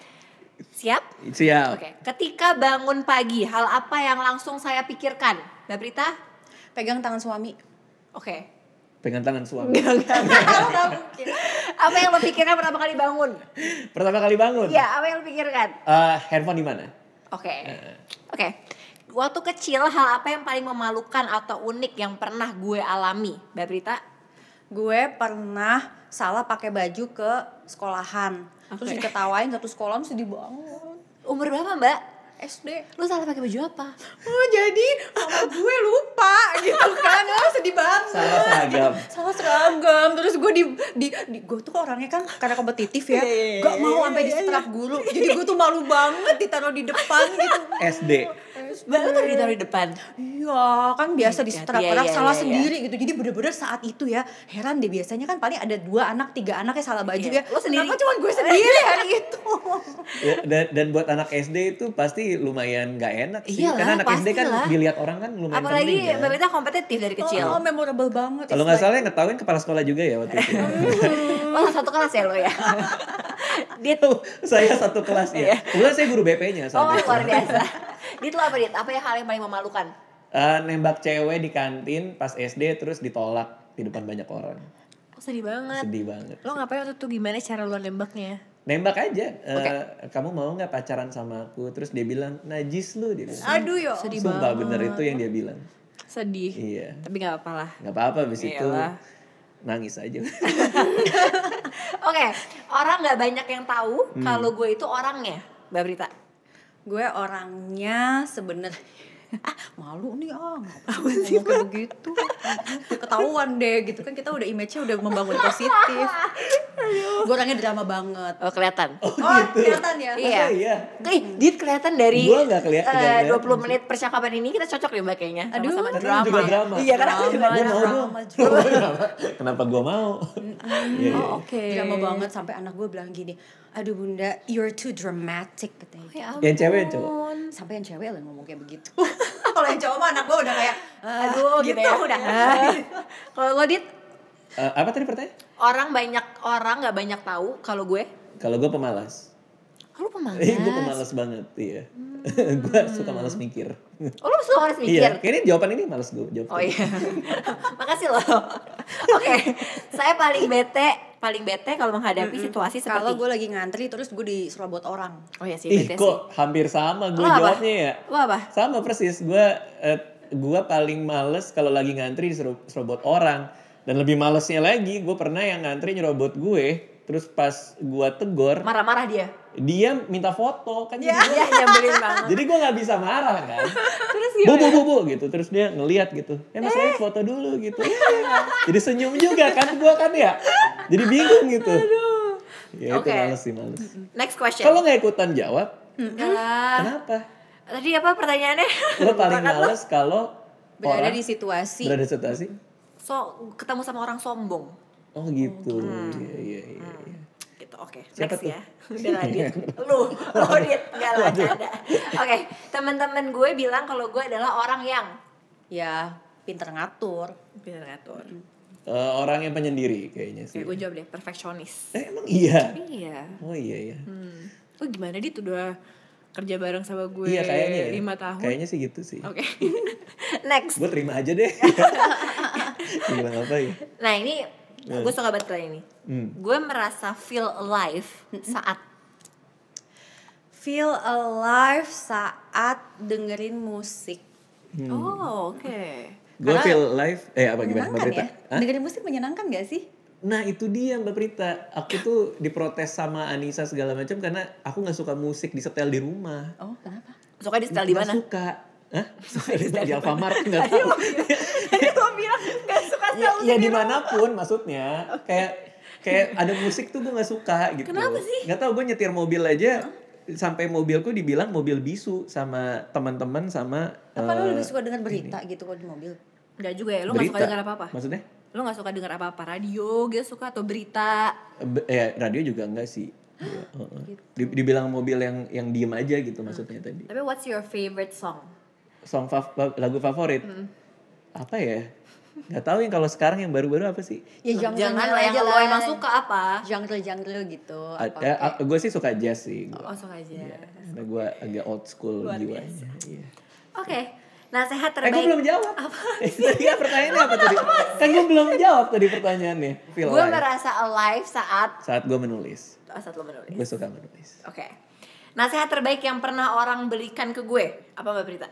Speaker 1: Siap?
Speaker 2: Siap.
Speaker 1: Oke. Ketika bangun pagi, hal apa yang langsung saya pikirkan? Mbak Prita?
Speaker 3: Pegang tangan suami.
Speaker 1: Oke.
Speaker 2: Pegang tangan suami.
Speaker 1: Nggak mungkin. Apa yang lo pikirkan pertama kali bangun?
Speaker 2: Pertama kali bangun.
Speaker 1: Iya, apa yang lo pikirkan?
Speaker 2: Eh, handphone di mana?
Speaker 1: Oke. Oke. Waktu kecil, hal apa yang paling memalukan atau unik yang pernah gue alami? Mbak Prita?
Speaker 3: Gue pernah salah pakai baju ke sekolahan. Terus
Speaker 1: Oke.
Speaker 3: diketawain satu sekolah, sedih banget.
Speaker 1: Umur berapa, Mbak?
Speaker 3: S D.
Speaker 1: Lu salah pakai baju apa?
Speaker 3: Oh jadi mama gue lupa gitu kan. Oh sedih banget.
Speaker 2: Salah seragam.
Speaker 3: Salah seragam. Terus gue di, di, di gue tuh orangnya kan karena kompetitif ya.
Speaker 1: Iya, iya,
Speaker 3: Gak mau
Speaker 1: iya,
Speaker 3: sampai
Speaker 1: iya,
Speaker 3: di setrap guru. Jadi gue tuh malu banget ditaruh di depan gitu.
Speaker 2: S D.
Speaker 1: Mbak, lu tuh ditaruh di depan.
Speaker 3: Iya kan biasa di
Speaker 1: Iya,
Speaker 3: setrap
Speaker 1: iya,
Speaker 3: orang
Speaker 1: iya,
Speaker 3: salah
Speaker 1: iya,
Speaker 3: sendiri gitu. Jadi bener-bener saat itu ya heran deh, biasanya kan paling ada dua anak tiga anak yang salah baju
Speaker 1: Iya.
Speaker 3: ya.
Speaker 1: Lo sendiri?
Speaker 3: Kenapa cuma gue sendiri hari itu?
Speaker 2: Ya, dan, dan buat anak S D itu pasti lumayan gak enak sih.
Speaker 1: Iyalah,
Speaker 2: Karena anak S D kan
Speaker 1: pastilah.
Speaker 2: dilihat orang kan lumayan
Speaker 1: Apalagi
Speaker 2: penting kan.
Speaker 1: Mbak Prita kompetitif dari kecil.
Speaker 3: Oh, memorable banget.
Speaker 2: Kalau
Speaker 3: It's
Speaker 2: nggak
Speaker 3: like-
Speaker 2: salah yang ngetahuin kepala sekolah juga ya waktu itu.
Speaker 1: Oh, satu kelas ya lo ya? Dit.
Speaker 2: Saya satu kelas ya.
Speaker 1: Iya.
Speaker 2: Kebetulan saya guru B P-nya
Speaker 1: Oh,
Speaker 2: saat itu.
Speaker 1: luar biasa. Dit, lo apa Dit? Apa yang hal yang paling memalukan?
Speaker 2: Eh, nembak cewek di kantin pas S D terus ditolak di depan banyak orang.
Speaker 1: Oh, sedih banget.
Speaker 2: Sedih banget.
Speaker 1: Lo ngapain waktu itu, gimana cara lo nembaknya?
Speaker 2: nembak aja. Okay. Kamu mau nggak pacaran sama aku? Terus dia bilang najis lu dia bilang.
Speaker 1: Aduh yo.
Speaker 3: Sedih
Speaker 2: Sumpah
Speaker 3: banget.
Speaker 2: bener itu yang dia bilang.
Speaker 1: Sedih.
Speaker 2: Iya.
Speaker 1: Tapi nggak apa-apa lah.
Speaker 2: Nggak apa-apa abis itu
Speaker 1: Iyalah.
Speaker 2: nangis aja.
Speaker 1: Oke, okay. Orang nggak banyak yang tahu
Speaker 2: Hmm.
Speaker 1: kalau gue itu orangnya, Mbak Prita.
Speaker 3: Gue orangnya sebenarnya ah malu nih ah ngapain sih kayak begitu ketahuan deh gitu kan kita udah image-nya udah membangun positif. Gue orangnya drama banget.
Speaker 1: Oh kelihatan.
Speaker 2: Oh,
Speaker 3: Oh
Speaker 2: gitu.
Speaker 3: kelihatan ya.
Speaker 1: Iya.
Speaker 2: Masa iya?
Speaker 1: Eh, Dit kelihatan dari
Speaker 2: Gua nggak keliat-
Speaker 1: eh,
Speaker 2: nggak kelihatan
Speaker 1: dua puluh menit percakapan ini kita cocok deh Mbak kayaknya.
Speaker 3: Aduh,
Speaker 1: Sama-sama
Speaker 2: Karena
Speaker 1: drama.
Speaker 2: juga drama.
Speaker 1: Iya, karena
Speaker 3: Drama,
Speaker 2: Gue mau
Speaker 3: drama,
Speaker 2: dong.
Speaker 3: drama.
Speaker 2: Kenapa gue mau? Iya, iya.
Speaker 1: Oh, oke.
Speaker 3: Drama banget sampai anak gue bilang gini, aduh bunda, you're too dramatic katanya.
Speaker 1: Ya
Speaker 2: Yang cewek yang cowok?
Speaker 1: ampun.
Speaker 3: Sampai yang cewek lah ngomong kayak begitu. Kalau yang cowok mah anak gue udah kayak, "Ah,
Speaker 1: Aduh gitu, ya.
Speaker 3: udah.
Speaker 1: Kalau lo Dit,
Speaker 2: Eh, apa tadi pertanyaan?
Speaker 1: orang banyak orang nggak banyak tahu kalau gue.
Speaker 2: Kalau gue pemalas.
Speaker 1: Oh, lu pemalas.
Speaker 2: Eh, gue pemalas banget, iya. Gue suka malas mikir.
Speaker 1: Oh, lu suka harus mikir.
Speaker 2: Iya, kayaknya jawaban ini malas gue jawab.
Speaker 1: Oh iya. Makasih loh. Oke, saya paling bete, paling bete kalau menghadapi situasi seperti
Speaker 3: Kalau gue lagi ngantri terus gue diserobot orang.
Speaker 1: Oh iya sih,
Speaker 2: Ih,
Speaker 1: bete sih.
Speaker 2: kok hampir sama gue
Speaker 1: Lo apa?
Speaker 2: jawabnya ya.
Speaker 1: Lo apa?
Speaker 2: Sama persis, gue eh, gue paling males kalau lagi ngantri diserobot orang. Dan lebih malesnya lagi, gue pernah yang ngantri nyerobot gue, terus pas gue tegor,
Speaker 1: Marah-marah dia.
Speaker 2: dia minta foto kan.
Speaker 1: Ya,
Speaker 2: jadi
Speaker 1: ya nyebelin banget.
Speaker 2: Jadi gue nggak bisa marah kan.
Speaker 1: Terus
Speaker 2: Bu,
Speaker 1: gimana?
Speaker 2: bu, bu, bu, gitu. Terus dia ngeliat gitu. Eh mas Alif foto dulu gitu. Jadi senyum juga kan gue kan ya. Jadi bingung gitu. Ya itu
Speaker 1: Oke.
Speaker 2: males sih, males.
Speaker 1: Next question.
Speaker 2: Kalau nggak ikutan jawab,
Speaker 1: Ah,
Speaker 2: kenapa?
Speaker 1: tadi apa pertanyaannya?
Speaker 2: Lo paling
Speaker 1: Bakat lo.
Speaker 2: males kalau
Speaker 3: Berada
Speaker 2: orang
Speaker 3: di situasi.
Speaker 2: berada di situasi.
Speaker 1: So, ketemu sama orang sombong.
Speaker 2: Oh gitu. Iya, iya, iya. iya.
Speaker 1: Gitu, oke.
Speaker 2: Siapa
Speaker 1: Next
Speaker 2: tuh?
Speaker 1: ya. Udah lanjut. Lu, lu Dit. Gak lah, ada. Oke, teman-teman gue bilang kalau gue adalah orang yang
Speaker 3: Ya pinter ngatur.
Speaker 1: bisa ngatur.
Speaker 2: Eh, orang yang penyendiri kayaknya sih.
Speaker 1: Oke, gue jawab deh, perfeksionis.
Speaker 2: Eh emang iya.
Speaker 1: Iya.
Speaker 2: Oh iya ya.
Speaker 1: Hmm. Oh gimana Dit udah kerja bareng sama gue
Speaker 2: Iya kayaknya ya.
Speaker 1: lima tahun.
Speaker 2: Kayaknya sih gitu sih.
Speaker 1: Oke. Next.
Speaker 2: Gue terima aja deh. Bilang apa ya?
Speaker 1: Nah ini gue suka banget kali ini.
Speaker 2: Hmm.
Speaker 1: Gue merasa feel alive saat
Speaker 3: Feel alive saat dengerin musik.
Speaker 1: oh oke.
Speaker 2: Gue
Speaker 3: Karena
Speaker 2: feel live. Eh apa gimana Mbak
Speaker 3: Menyenangkan
Speaker 2: Prita?
Speaker 3: ya?
Speaker 2: Hah?
Speaker 3: Dengerin musik menyenangkan gak sih?
Speaker 2: Nah itu dia Mbak Prita. Aku tuh diprotes sama Anissa segala macam karena aku nggak suka musik disetel di rumah.
Speaker 3: Oh kenapa?
Speaker 1: Suka di style di
Speaker 2: Nggak
Speaker 1: mana?
Speaker 2: suka. Hah? Di Alfamart nggak tahu.
Speaker 1: Tadi gue bilang gak suka
Speaker 2: ya,
Speaker 1: style
Speaker 2: ya dimanapun maksudnya. Kayak kayak ada musik tuh gue nggak suka gitu.
Speaker 1: Kenapa sih?
Speaker 2: Nggak tahu gue nyetir mobil aja. Sampai mobilku dibilang mobil bisu sama teman-teman sama.
Speaker 3: Apa lo
Speaker 2: eh,
Speaker 3: lebih suka denger berita gitu kalau di mobil?
Speaker 1: Enggak juga ya, lu gak suka
Speaker 2: berita.
Speaker 1: denger apa-apa?
Speaker 2: Maksudnya?
Speaker 1: Lu gak suka denger apa-apa? Radio gitu suka atau berita?
Speaker 2: Be- ya radio juga enggak sih. Iya, heeh. Di- dibilang mobil yang yang diem aja gitu maksudnya tadi.
Speaker 1: Tapi what's your favorite song?
Speaker 2: Song fav- lagu favorit apa ya? Nggak tahu yang kalau sekarang yang baru-baru apa sih?
Speaker 3: Ya genre
Speaker 1: Jangan lah yang
Speaker 3: aja
Speaker 1: lo
Speaker 3: lah.
Speaker 1: emang suka apa?
Speaker 3: Genre-genre gitu.
Speaker 2: Ada,
Speaker 3: Apa kayak-
Speaker 2: gue sih suka jazz sih. Gua.
Speaker 1: Oh suka aja.
Speaker 2: Iya, karena gue agak old school
Speaker 1: Luar
Speaker 2: jiwanya. Iya.
Speaker 1: Oke, nasihat
Speaker 2: Eh
Speaker 1: terbaik.
Speaker 2: gue belum jawab. Eh, tadi kan pertanyaannya apa tadi? Kan gue belum jawab tadi pertanyaannya. Feel
Speaker 1: Gue
Speaker 2: alive.
Speaker 1: merasa alive saat
Speaker 2: Saat gue menulis.
Speaker 1: oh, saat lo menulis.
Speaker 2: Gue suka menulis.
Speaker 1: Oke. Nasihat terbaik yang pernah orang belikan ke gue apa Mbak Prita?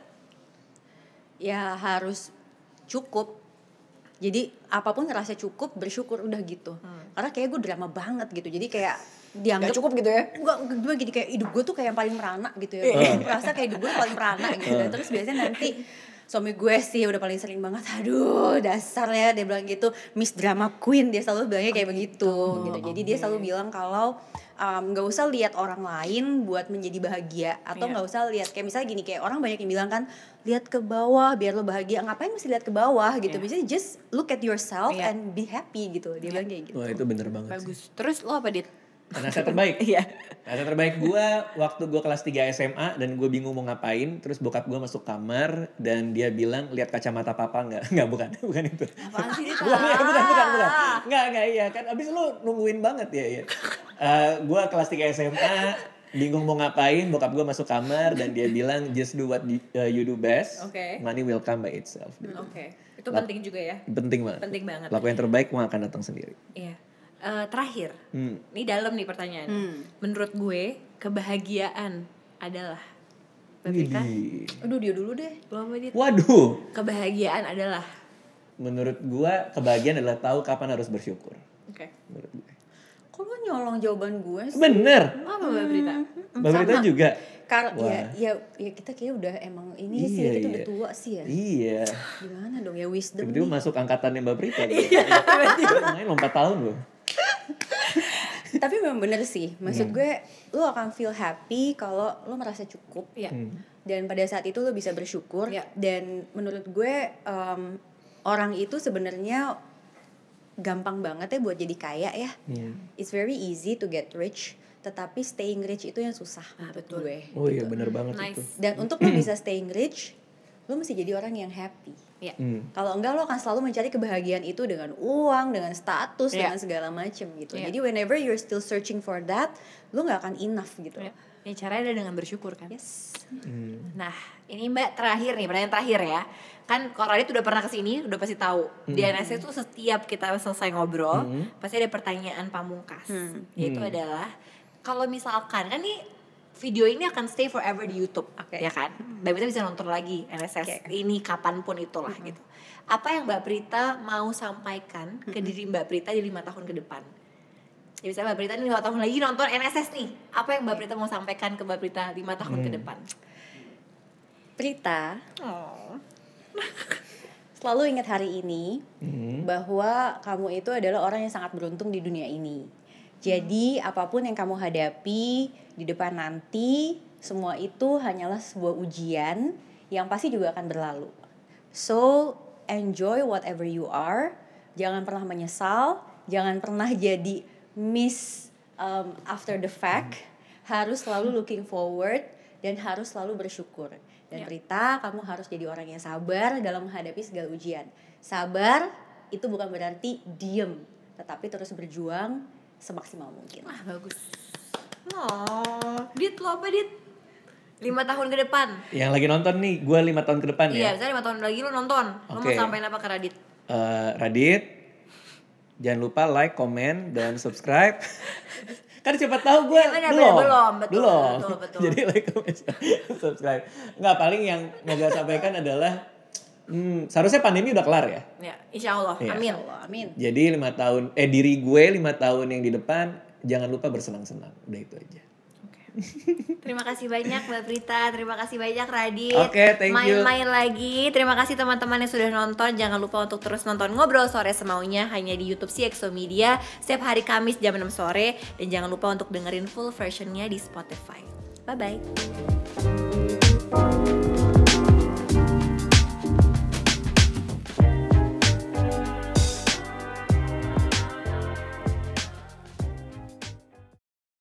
Speaker 3: Ya harus cukup. Jadi apapun ngerasa cukup, bersyukur udah gitu. Karena kayak gue drama banget gitu. Jadi kayak dianggap
Speaker 1: Gak cukup gitu ya?
Speaker 3: Gue gue jadi kayak hidup gue tuh kayak yang paling merana gitu ya. Gue merasa kayak hidup gue paling merana gitu. Dan terus biasanya nanti suami gue sih udah paling sering banget, aduh dasarnya dia bilang gitu, Miss Drama Queen, dia selalu bilangnya kayak begitu gitu. Jadi dia selalu bilang kalau um, gak usah lihat orang lain buat menjadi bahagia, atau
Speaker 1: Iya.
Speaker 3: gak usah lihat kayak misalnya gini, kayak orang banyak yang bilang kan lihat ke bawah biar lo bahagia, ngapain mesti lihat ke bawah gitu.
Speaker 1: Iya.
Speaker 3: Biasanya just look at yourself
Speaker 1: Iya.
Speaker 3: and be happy gitu. Dia bilang kayak gitu.
Speaker 2: Wah itu bener banget sih.
Speaker 1: Bagus. Terus lo apa Dit?
Speaker 2: Nasihat terbaik.
Speaker 1: Iya.
Speaker 2: Nasihat terbaik gue waktu gue kelas tiga S M A dan gue bingung mau ngapain, terus bokap gue masuk kamar dan dia bilang lihat kacamata papa nggak? Nggak, bukan, bukan itu.
Speaker 1: Apaan sih Dit?
Speaker 2: bukan, bukan, bukan, bukan, bukan. Nggak, nggak, iya kan. Abis lu nungguin banget ya, ya. Uh, gue kelas tiga S M A bingung mau ngapain, bokap gue masuk kamar dan dia bilang just do what you, uh, you do best,
Speaker 1: Oke.
Speaker 2: money will come by itself.
Speaker 1: Oke. Itu
Speaker 2: Lap-
Speaker 1: penting juga ya.
Speaker 2: Penting banget.
Speaker 1: Penting banget.
Speaker 2: Laku yang terbaik mau akan datang sendiri.
Speaker 1: Iya. Eh, terakhir,
Speaker 2: Hmm.
Speaker 1: ini dalam nih pertanyaan.
Speaker 3: Hmm.
Speaker 1: Menurut gue kebahagiaan adalah Mbak Prita.
Speaker 2: Widih.
Speaker 3: Aduh dia dulu deh.
Speaker 1: Lo apa Dit?
Speaker 2: Waduh.
Speaker 1: Kebahagiaan adalah.
Speaker 2: Menurut gua kebahagiaan adalah tahu kapan harus bersyukur.
Speaker 1: Oke.
Speaker 2: Menurut gue.
Speaker 3: Kok lo nyolong jawaban gue sih?
Speaker 2: Bener.
Speaker 1: Apa Mbak Prita?
Speaker 2: Mbak Prita
Speaker 3: Sama.
Speaker 2: juga.
Speaker 3: Karena
Speaker 2: Wah.
Speaker 3: ya, ya, ya kita kayak udah emang ini sih,
Speaker 2: Iya,
Speaker 3: kita
Speaker 2: iya.
Speaker 3: udah tua sih ya.
Speaker 2: Iya.
Speaker 3: Gimana dong ya wisdom
Speaker 2: Tiba-tiba
Speaker 3: nih.
Speaker 2: masuk angkatannya Mbak Prita. Iya. Main lompat tahun loh.
Speaker 3: Tapi memang bener sih, maksud
Speaker 2: Hmm.
Speaker 3: gue lo akan feel happy kalau lo merasa cukup.
Speaker 1: Iya.
Speaker 2: Hmm.
Speaker 3: Dan pada saat itu lo bisa bersyukur.
Speaker 1: Ya.
Speaker 3: Dan menurut gue um, orang itu sebenarnya gampang banget ya buat jadi kaya ya.
Speaker 2: Hmm.
Speaker 3: It's very easy to get rich, tetapi staying rich itu yang susah
Speaker 1: Ah,
Speaker 3: menurut
Speaker 1: betul.
Speaker 3: gue.
Speaker 2: Oh iya bener banget
Speaker 1: Nice.
Speaker 2: itu.
Speaker 3: Dan untuk lo bisa staying rich, lo mesti jadi orang yang happy.
Speaker 1: Iya.
Speaker 2: Hmm.
Speaker 3: Kalau enggak lo akan selalu mencari kebahagiaan itu dengan uang, dengan status,
Speaker 1: Iya.
Speaker 3: dengan segala macam gitu.
Speaker 1: Iya.
Speaker 3: Jadi whenever you're still searching for that, lo nggak akan enough gitu.
Speaker 1: Ya. Ya caranya ada dengan bersyukur kan.
Speaker 3: Yes.
Speaker 2: Hmm.
Speaker 1: Nah, ini Mbak terakhir nih, pertanyaan terakhir ya. Kan kalau Radit udah pernah kesini, udah pasti tahu. Di N S C itu setiap kita selesai ngobrol,
Speaker 2: Hmm.
Speaker 1: pasti ada pertanyaan pamungkas.
Speaker 3: Hmm.
Speaker 1: Yaitu
Speaker 2: Hmm.
Speaker 1: adalah, kalau misalkan, kan nih video ini akan stay forever di YouTube,
Speaker 3: Oke.
Speaker 1: ya kan? Mbak Prita bisa nonton lagi N S S
Speaker 3: Oke.
Speaker 1: ini kapanpun itulah gitu. Apa yang Mbak Prita mau sampaikan ke diri Mbak Prita di lima tahun ke depan? Ya misalnya Mbak Prita nih lima tahun lagi nonton N S S nih. Apa yang Mbak Prita mau sampaikan ke Mbak Prita lima tahun ke
Speaker 2: Hmm.
Speaker 1: depan?
Speaker 3: Prita,
Speaker 1: Oh.
Speaker 3: selalu ingat hari ini
Speaker 2: Hmm.
Speaker 3: bahwa kamu itu adalah orang yang sangat beruntung di dunia ini. Jadi apapun yang kamu hadapi di depan nanti, semua itu hanyalah sebuah ujian yang pasti juga akan berlalu. So enjoy whatever you are, jangan pernah menyesal, jangan pernah jadi miss um, after the fact, harus selalu looking forward dan harus selalu bersyukur. Dan
Speaker 1: Ya.
Speaker 3: Prita, kamu harus jadi orang yang sabar dalam menghadapi segala ujian. Sabar itu bukan berarti diem, tetapi terus berjuang semaksimal mungkin.
Speaker 1: Wah bagus. Oh, Dit lo apa Dit? Lima tahun ke depan.
Speaker 2: Yang lagi nonton nih, gue lima tahun ke depan
Speaker 1: Iya,
Speaker 2: ya.
Speaker 1: misalnya lima tahun lagi lo nonton. Lo mau
Speaker 2: Oke.
Speaker 1: sampein apa ke Radit?
Speaker 2: Eh, Radit, jangan lupa like, komen, dan subscribe. Kan siapa tahu gue
Speaker 1: Iya, benar,
Speaker 2: belum,
Speaker 1: benar, belum, betul,
Speaker 2: belum.
Speaker 1: betul, betul.
Speaker 2: Jadi like, komen, subscribe. Nggak, paling yang mau gue sampaikan adalah, hmm, seharusnya pandemi udah kelar ya.
Speaker 1: Ya, insya Allah.
Speaker 2: Iya.
Speaker 1: Amin.
Speaker 3: Allah, amin.
Speaker 2: Jadi lima tahun, eh diri gue lima tahun yang di depan, jangan lupa bersenang-senang. Udah itu aja.
Speaker 1: Terima kasih banyak Mbak Prita, terima kasih banyak Radit.
Speaker 2: Oke, thank you.
Speaker 1: Main-main lagi. Terima kasih teman-teman yang sudah nonton. Jangan lupa untuk terus nonton Ngobrol Sore Semaunya hanya di YouTube C X O Media setiap hari Kamis jam enam sore, dan jangan lupa untuk dengerin full versionnya di Spotify. Bye bye.